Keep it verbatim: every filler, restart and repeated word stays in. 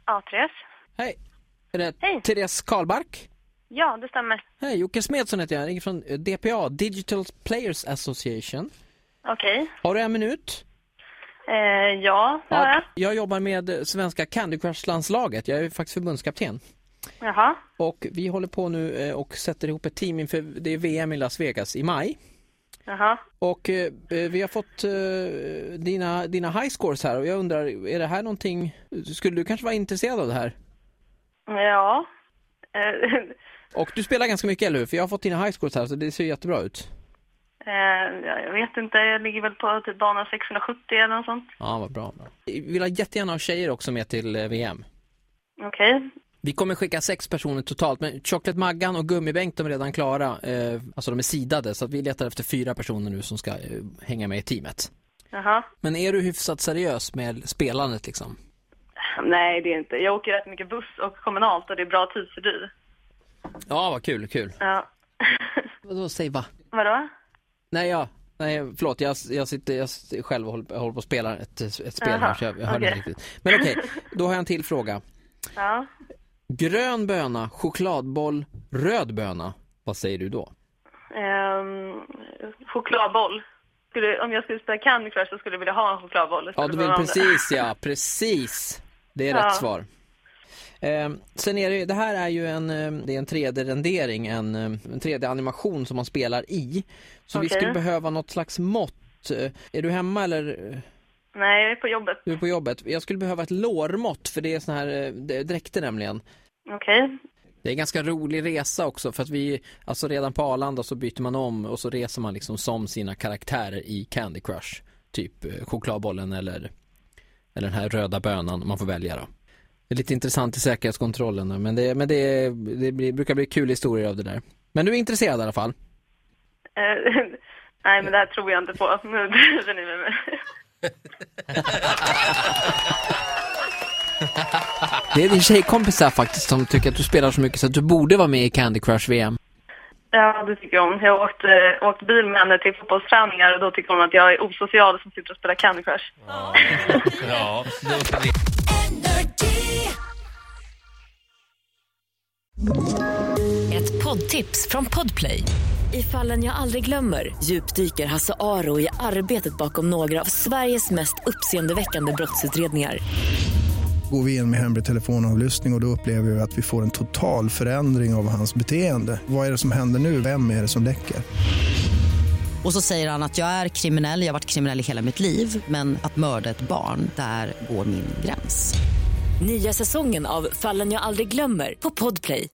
Ja, Therese. Hej. Är det Hej. Therese Karlbark? Ja, det stämmer. Hej, Jocke Smedsson heter jag. Jag ringer från D P A, Digital Players Association. Okej. Okay. Har du en minut? Eh, ja, det har jag. Jag jobbar med svenska Candy Crush-landslaget. Jag är faktiskt förbundskapten. Jaha. Och vi håller på nu och sätter ihop ett team inför det är V M i Las Vegas i maj. Jaha. Och eh, vi har fått eh, dina, dina high scores här och jag undrar, är det här någonting, skulle du kanske vara intresserad av det här? Ja. Och du spelar ganska mycket, eller hur? För jag har fått dina high scores här så det ser jättebra ut. Eh, jag vet inte, jag ligger väl på typ bana sexhundrasjuttio eller något sånt. Ja, vad bra. Vi vill ha jättegärna ha tjejer också med till V M. Okej. Okay. Vi kommer skicka sex personer totalt, men Chocolate Maggan och Gummibänk de är redan klara. Eh, alltså de är sidade, så att vi letar efter fyra personer nu som ska eh, hänga med i teamet. Jaha. Men är du hyfsat seriös med spelandet liksom? Nej, det är inte. Jag åker rätt mycket buss och kommunalt och det är bra tid för dig. Ja, vad kul, kul. Ja. Vadå, säg va? Vadå? Nej, ja. Nej, förlåt, jag, jag sitter jag själv och håller, jag håller på att spela ett, ett spel Aha, här så jag, jag hörde okay. inte riktigt. Men okej, okay, då har jag en till fråga. Ja. Grön böna, chokladboll, röd böna. Vad säger du då? Um, chokladboll. Skulle, om jag skulle spela Candy Crush så skulle jag vilja ha en chokladboll. Ja, du vill precis, ja, precis. Det är ja. rätt svar. Eh, sen är det, det här är ju en, det är en tre D-rendering, en, en tre D-animation som man spelar i. Så okay. vi skulle behöva något slags mått. Är du hemma eller? Nej, jag är på jobbet. Du är på jobbet. Jag skulle behöva ett lårmått för det är sån här dräkter nämligen. Okej. Okay. Det är en ganska rolig resa också för att vi, alltså redan på Arlanda så byter man om och så reser man liksom som sina karaktärer i Candy Crush. Typ chokladbollen eller, eller den här röda bönan man får välja då. Det är lite intressant i säkerhetskontrollen men det, men det, det blir, brukar bli kul historier av det där. Men du är intresserad i alla fall? Uh, nej, men det här tror jag inte på. Nu driver ni med mig. Det är din tjejkompis här faktiskt som tycker att du spelar så mycket så att du borde vara med i Candy Crush V M. Ja, det tycker jag om. Jag har åkt, äh, åkt bil med henne till fotbollsträningar och då tycker hon att jag är osocial som sitter och spelar Candy Crush. Ja, ja det är Ett poddtips från Podplay. I Fallen jag aldrig glömmer djupdyker Hasse Aro i arbetet bakom några av Sveriges mest uppseendeväckande brottsutredningar. Går vi in med hemlig telefonavlyssning och då upplever vi att vi får en total förändring av hans beteende. Vad är det som händer nu? Vem är det som läcker? Och så säger han att jag är kriminell, jag har varit kriminell i hela mitt liv. Men att mörda ett barn, där går min gräns. Nya säsongen av Fallen jag aldrig glömmer på Podplay.